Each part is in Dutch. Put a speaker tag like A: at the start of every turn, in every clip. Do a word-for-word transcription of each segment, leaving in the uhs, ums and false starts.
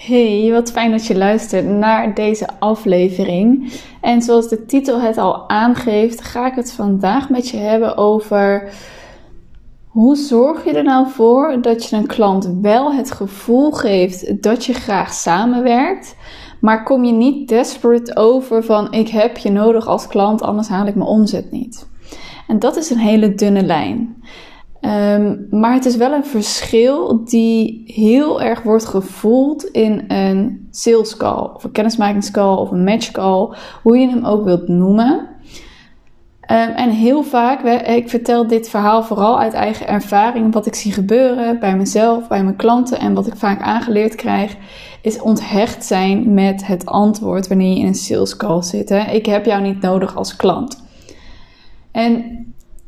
A: Hey, wat fijn dat je luistert naar deze aflevering. En zoals de titel het al aangeeft, ga ik het vandaag met je hebben over hoe zorg je er nou voor dat je een klant wel het gevoel geeft dat je graag samenwerkt, maar kom je niet desperate over van ik heb je nodig als klant, anders haal ik mijn omzet niet. En dat is een hele dunne lijn. Um, maar het is wel een verschil die heel erg wordt gevoeld in een sales call, of een kennismakingscall, of een match call, hoe je hem ook wilt noemen. Um, en heel vaak, ik vertel dit verhaal vooral uit eigen ervaring, wat ik zie gebeuren bij mezelf, bij mijn klanten en wat ik vaak aangeleerd krijg, is onthecht zijn met het antwoord wanneer je in een sales call zit. Hè? Ik heb jou niet nodig als klant. En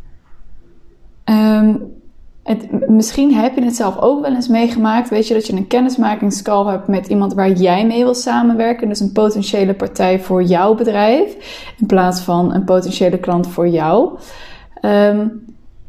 A: Um, het, misschien heb je het zelf ook wel eens meegemaakt. Weet je dat je een kennismakingscall hebt met iemand waar jij mee wil samenwerken. Dus een potentiële partij voor jouw bedrijf. In plaats van een potentiële klant voor jou. Um,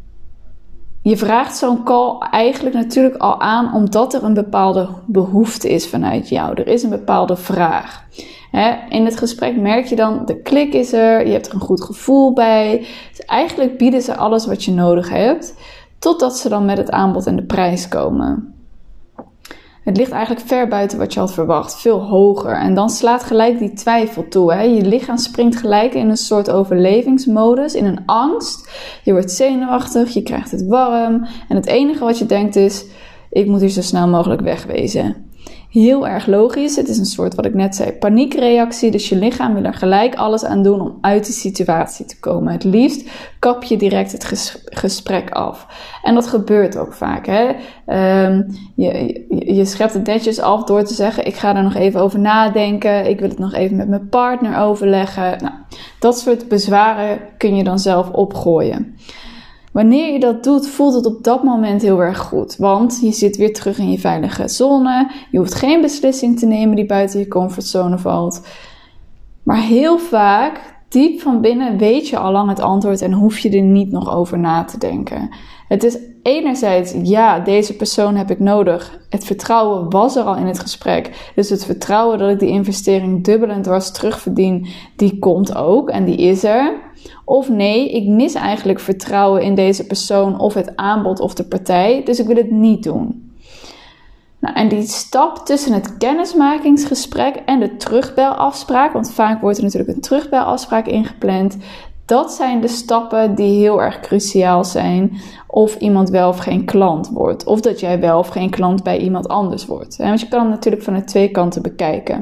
A: je vraagt zo'n call eigenlijk natuurlijk al aan omdat er een bepaalde behoefte is vanuit jou. Er is een bepaalde vraag. He, in het gesprek merk je dan, de klik is er, je hebt er een goed gevoel bij. Dus eigenlijk bieden ze alles wat je nodig hebt, totdat ze dan met het aanbod en de prijs komen. Het ligt eigenlijk ver buiten wat je had verwacht, veel hoger. En dan slaat gelijk die twijfel toe. Hè? Je lichaam springt gelijk in een soort overlevingsmodus, in een angst. Je wordt zenuwachtig, je krijgt het warm. En het enige wat je denkt is, ik moet hier zo snel mogelijk wegwezen. Heel erg logisch. Het is een soort, wat ik net zei, paniekreactie. Dus je lichaam wil er gelijk alles aan doen om uit die situatie te komen. Het liefst kap je direct het ges- gesprek af. En dat gebeurt ook vaak. Hè? Um, je, je, je schept het netjes af door te zeggen, ik ga er nog even over nadenken. Ik wil het nog even met mijn partner overleggen. Nou, dat soort bezwaren kun je dan zelf opgooien. Wanneer je dat doet, voelt het op dat moment heel erg goed. Want je zit weer terug in je veilige zone. Je hoeft geen beslissing te nemen die buiten je comfortzone valt. Maar heel vaak, diep van binnen, weet je al lang het antwoord en hoef je er niet nog over na te denken. Het is enerzijds, ja, deze persoon heb ik nodig. Het vertrouwen was er al in het gesprek. Dus het vertrouwen dat ik die investering dubbel en dwars terugverdien, die komt ook en die is er. Of nee, ik mis eigenlijk vertrouwen in deze persoon of het aanbod of de partij, dus ik wil het niet doen. Nou, en die stap tussen het kennismakingsgesprek en de terugbelafspraak, want vaak wordt er natuurlijk een terugbelafspraak ingepland, dat zijn de stappen die heel erg cruciaal zijn of iemand wel of geen klant wordt. Of dat jij wel of geen klant bij iemand anders wordt. Want je kan hem natuurlijk vanuit twee kanten bekijken.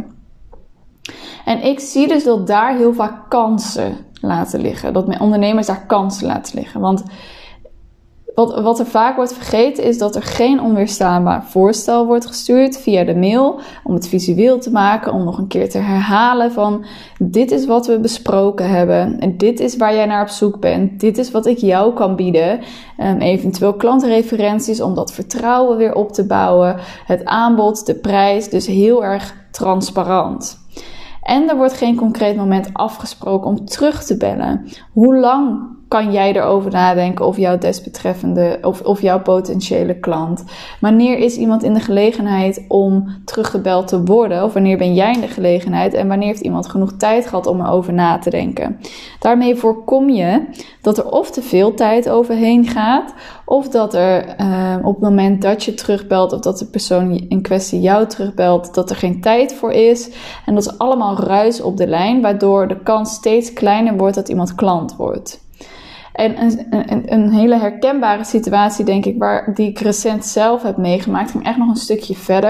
A: En ik zie dus dat daar heel vaak kansen laten liggen. Dat mijn ondernemers daar kansen laten liggen. Want wat, wat er vaak wordt vergeten is dat er geen onweerstaanbaar voorstel wordt gestuurd via de mail. Om het visueel te maken, om nog een keer te herhalen van dit is wat we besproken hebben. En dit is waar jij naar op zoek bent. Dit is wat ik jou kan bieden. Um, eventueel klantreferenties om dat vertrouwen weer op te bouwen. Het aanbod, de prijs, dus heel erg transparant. En er wordt geen concreet moment afgesproken om terug te bellen. Hoe lang kan jij erover nadenken of jouw desbetreffende of, of jouw potentiële klant? Wanneer is iemand in de gelegenheid om teruggebeld te worden? Of wanneer ben jij in de gelegenheid? En wanneer heeft iemand genoeg tijd gehad om erover na te denken? Daarmee voorkom je dat er of te veel tijd overheen gaat, of dat er uh, op het moment dat je terugbelt of dat de persoon in kwestie jou terugbelt, dat er geen tijd voor is. En dat is allemaal ruis op de lijn, waardoor de kans steeds kleiner wordt dat iemand klant wordt. En een, een, een hele herkenbare situatie, denk ik, waar, die ik recent zelf heb meegemaakt, ging echt nog een stukje verder.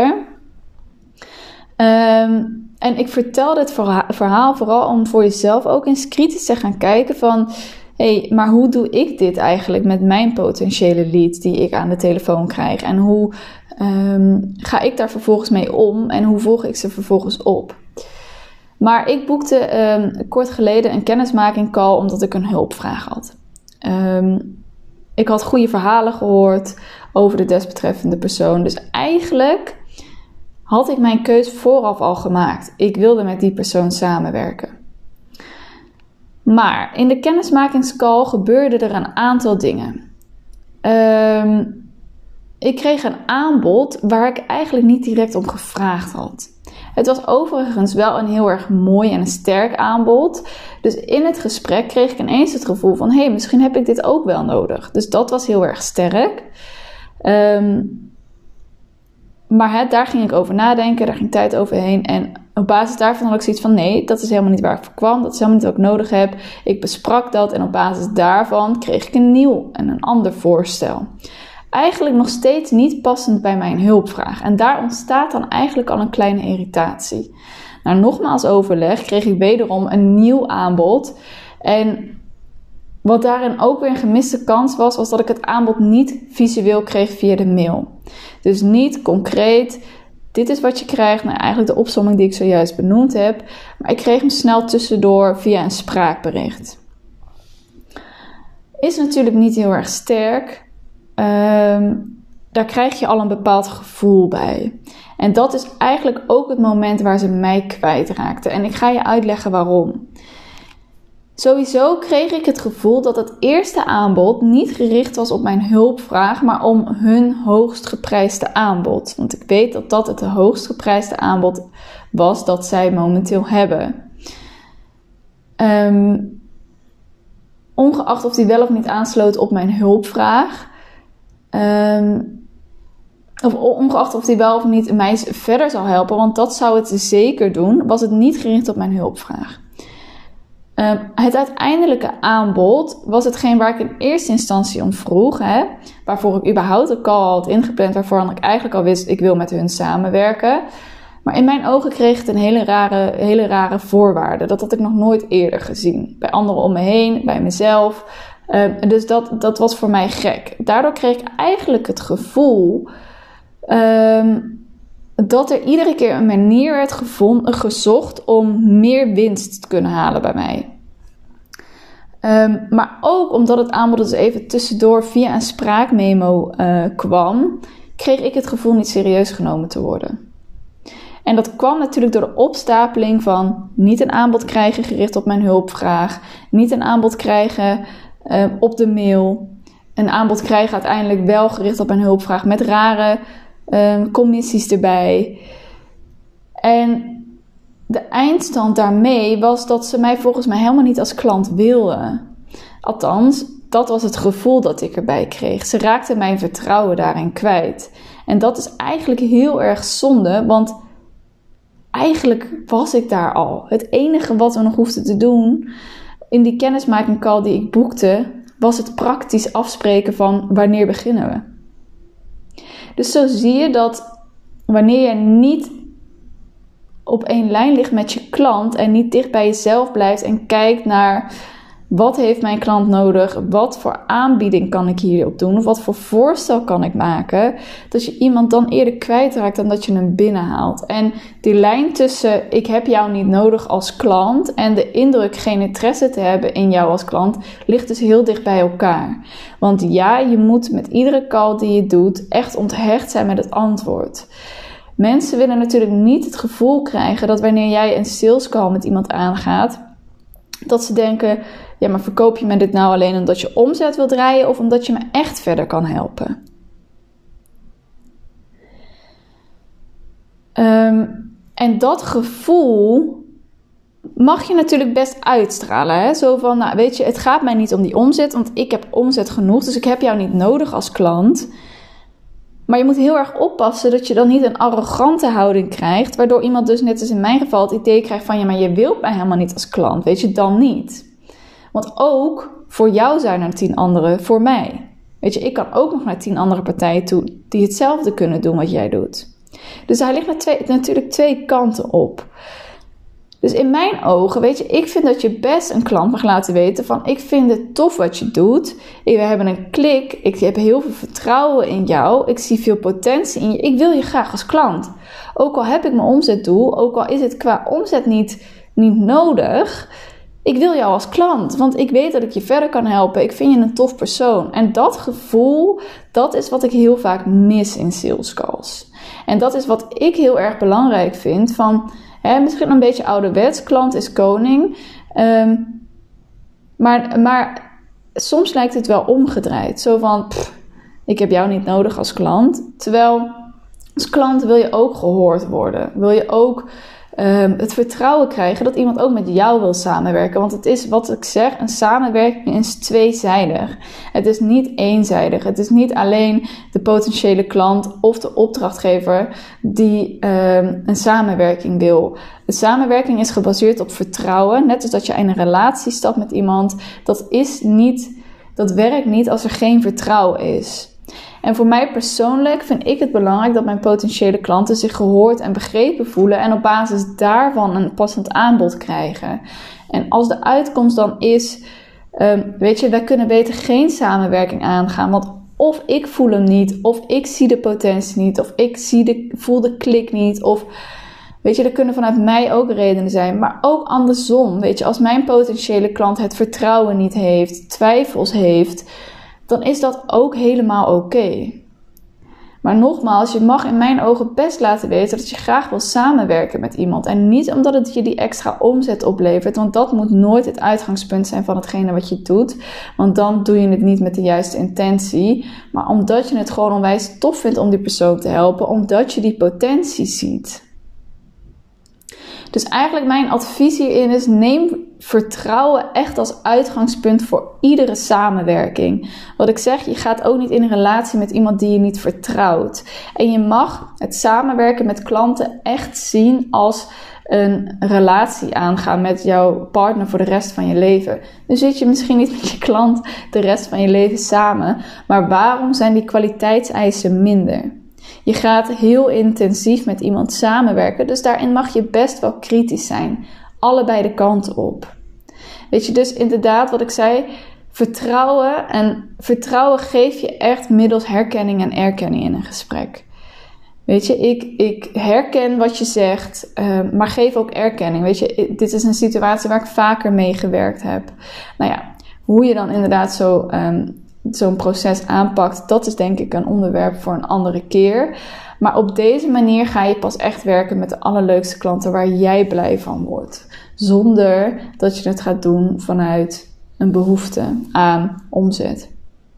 A: Um, en ik vertel dit verhaal, verhaal vooral om voor jezelf ook eens kritisch te gaan kijken van, hé, hey, maar hoe doe ik dit eigenlijk met mijn potentiële lead die ik aan de telefoon krijg? En hoe um, ga ik daar vervolgens mee om en hoe volg ik ze vervolgens op? Maar ik boekte um, kort geleden een kennismaking call omdat ik een hulpvraag had. Um, ik had goede verhalen gehoord over de desbetreffende persoon. Dus eigenlijk had ik mijn keus vooraf al gemaakt. Ik wilde met die persoon samenwerken. Maar in de kennismakingscall gebeurden er een aantal dingen. Um, ik kreeg een aanbod waar ik eigenlijk niet direct om gevraagd had. Het was overigens wel een heel erg mooi en een sterk aanbod. Dus in het gesprek kreeg ik ineens het gevoel van, hé, hey, misschien heb ik dit ook wel nodig. Dus dat was heel erg sterk. Um, maar hè, daar ging ik over nadenken, daar ging tijd overheen. En op basis daarvan had ik zoiets van, nee, dat is helemaal niet waar ik voor kwam. Dat is helemaal niet wat ik nodig heb. Ik besprak dat en op basis daarvan kreeg ik een nieuw en een ander voorstel. Eigenlijk nog steeds niet passend bij mijn hulpvraag. En daar ontstaat dan eigenlijk al een kleine irritatie. Na nogmaals overleg kreeg ik wederom een nieuw aanbod. En wat daarin ook weer een gemiste kans was, was dat ik het aanbod niet visueel kreeg via de mail. Dus niet concreet, dit is wat je krijgt. Nou, eigenlijk de opsomming die ik zojuist benoemd heb. Maar ik kreeg hem snel tussendoor via een spraakbericht. Is natuurlijk niet heel erg sterk. Um, daar krijg je al een bepaald gevoel bij. En dat is eigenlijk ook het moment waar ze mij kwijtraakten. En ik ga je uitleggen waarom. Sowieso kreeg ik het gevoel dat het eerste aanbod niet gericht was op mijn hulpvraag, maar om hun hoogst geprijsde aanbod. Want ik weet dat dat het hoogst geprijsde aanbod was dat zij momenteel hebben. Um, ongeacht of die wel of niet aansloot op mijn hulpvraag. Um, of ongeacht of die wel of niet mij verder zou helpen, want dat zou het zeker doen, was het niet gericht op mijn hulpvraag. Um, het uiteindelijke aanbod was hetgeen waar ik in eerste instantie om vroeg, hè, waarvoor ik überhaupt een call had ingepland, waarvoor ik eigenlijk al wist, ik wil met hun samenwerken. Maar in mijn ogen kreeg het een hele rare, hele rare voorwaarde. Dat had ik nog nooit eerder gezien. Bij anderen om me heen, bij mezelf. Um, dus dat, dat was voor mij gek. Daardoor kreeg ik eigenlijk het gevoel um, dat er iedere keer een manier werd gevonden, gezocht om meer winst te kunnen halen bij mij. Um, maar ook omdat het aanbod dus even tussendoor via een spraakmemo uh, kwam, kreeg ik het gevoel niet serieus genomen te worden. En dat kwam natuurlijk door de opstapeling van niet een aanbod krijgen gericht op mijn hulpvraag, niet een aanbod krijgen uh, op de mail, een aanbod krijgen uiteindelijk wel gericht op mijn hulpvraag met rare um, commissies erbij. En de eindstand daarmee was dat ze mij volgens mij helemaal niet als klant wilden. Althans, dat was het gevoel dat ik erbij kreeg. Ze raakten mijn vertrouwen daarin kwijt. En dat is eigenlijk heel erg zonde, want eigenlijk was ik daar al. Het enige wat we nog hoefden te doen in die kennismaking call die ik boekte, was het praktisch afspreken van wanneer beginnen we. Dus zo zie je dat wanneer je niet op één lijn ligt met je klant en niet dicht bij jezelf blijft en kijkt naar wat heeft mijn klant nodig, wat voor aanbieding kan ik hierop doen of wat voor voorstel kan ik maken, dat je iemand dan eerder kwijtraakt dan dat je hem binnenhaalt. En die lijn tussen ik heb jou niet nodig als klant en de indruk geen interesse te hebben in jou als klant ligt dus heel dicht bij elkaar. Want ja, je moet met iedere call die je doet echt onthecht zijn met het antwoord. Mensen willen natuurlijk niet het gevoel krijgen dat wanneer jij een sales call met iemand aangaat, dat ze denken, ja, maar verkoop je me dit nou alleen omdat je omzet wil draaien of omdat je me echt verder kan helpen? Um, en dat gevoel mag je natuurlijk best uitstralen. Hè? Zo van, nou weet je, het gaat mij niet om die omzet, want ik heb omzet genoeg, dus ik heb jou niet nodig als klant. Maar je moet heel erg oppassen dat je dan niet een arrogante houding krijgt, waardoor iemand dus net als in mijn geval het idee krijgt van, ja, maar je wilt mij helemaal niet als klant, weet je, dan niet. Want ook voor jou zijn er tien anderen voor mij. Weet je, ik kan ook nog naar tien andere partijen toe die hetzelfde kunnen doen wat jij doet. Dus daar ligt twee, natuurlijk twee kanten op. Dus in mijn ogen, weet je, ik vind dat je best een klant mag laten weten van, ik vind het tof wat je doet. We hebben een klik, ik heb heel veel vertrouwen in jou, ik zie veel potentie in je, ik wil je graag als klant. Ook al heb ik mijn omzetdoel, ook al is het qua omzet niet, niet nodig, ik wil jou als klant, want ik weet dat ik je verder kan helpen, ik vind je een tof persoon. En dat gevoel, dat is wat ik heel vaak mis in sales calls. En dat is wat ik heel erg belangrijk vind van, hè, misschien een beetje ouderwets, klant is koning. Um, maar, maar soms lijkt het wel omgedraaid. Zo van, pff, ik heb jou niet nodig als klant. Terwijl als klant wil je ook gehoord worden. Wil je ook um, het vertrouwen krijgen dat iemand ook met jou wil samenwerken. Want het is, wat ik zeg, een samenwerking is tweezijdig. Het is niet eenzijdig. Het is niet alleen de potentiële klant of de opdrachtgever die um, een samenwerking wil. Een samenwerking is gebaseerd op vertrouwen. Net als dat je in een relatie stapt met iemand. Dat is niet, dat werkt niet als er geen vertrouwen is. En voor mij persoonlijk vind ik het belangrijk dat mijn potentiële klanten zich gehoord en begrepen voelen en op basis daarvan een passend aanbod krijgen. En als de uitkomst dan is, um, weet je, wij kunnen beter geen samenwerking aangaan, want of ik voel hem niet, of ik zie de potentie niet, of ik zie de, voel de klik niet, of weet je, er kunnen vanuit mij ook redenen zijn, maar ook andersom. Weet je, als mijn potentiële klant het vertrouwen niet heeft, twijfels heeft, dan is dat ook helemaal oké. Okay. Maar nogmaals, je mag in mijn ogen best laten weten dat je graag wil samenwerken met iemand. En niet omdat het je die extra omzet oplevert, want dat moet nooit het uitgangspunt zijn van hetgene wat je doet. Want dan doe je het niet met de juiste intentie, maar omdat je het gewoon onwijs tof vindt om die persoon te helpen, omdat je die potentie ziet. Dus eigenlijk mijn advies hierin is, neem vertrouwen echt als uitgangspunt voor iedere samenwerking. Wat ik zeg, je gaat ook niet in een relatie met iemand die je niet vertrouwt. En je mag het samenwerken met klanten echt zien als een relatie aangaan met jouw partner voor de rest van je leven. Nu zit je misschien niet met je klant de rest van je leven samen, maar waarom zijn die kwaliteitseisen minder? Je gaat heel intensief met iemand samenwerken, dus daarin mag je best wel kritisch zijn. Allebei de kanten op. Weet je, dus inderdaad wat ik zei, vertrouwen. En vertrouwen geef je echt middels herkenning en erkenning in een gesprek. Weet je, ik, ik herken wat je zegt, uh, maar geef ook erkenning. Weet je, dit is een situatie waar ik vaker mee gewerkt heb. Nou ja, hoe je dan inderdaad zo... Um, zo'n proces aanpakt, dat is denk ik een onderwerp voor een andere keer. Maar op deze manier ga je pas echt werken met de allerleukste klanten waar jij blij van wordt. Zonder dat je het gaat doen vanuit een behoefte aan omzet.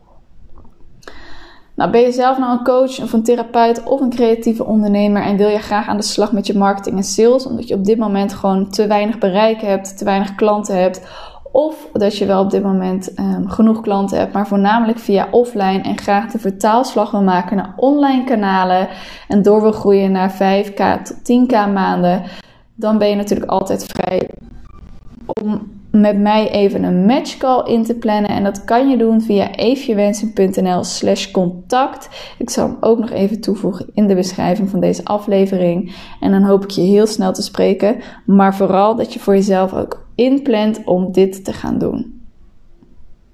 A: Nou, ben je zelf nou een coach of een therapeut of een creatieve ondernemer en wil je graag aan de slag met je marketing en sales, omdat je op dit moment gewoon te weinig bereik hebt, te weinig klanten hebt, of dat je wel op dit moment um, genoeg klanten hebt, maar voornamelijk via offline en graag de vertaalslag wil maken naar online kanalen en door wil groeien naar vijf k tot tien k maanden, dan ben je natuurlijk altijd vrij om met mij even een matchcall in te plannen. En dat kan je doen via eefjewensing.nl slash contact. Ik zal hem ook nog even toevoegen in de beschrijving van deze aflevering. En dan hoop ik je heel snel te spreken. Maar vooral dat je voor jezelf ook inplant om dit te gaan doen.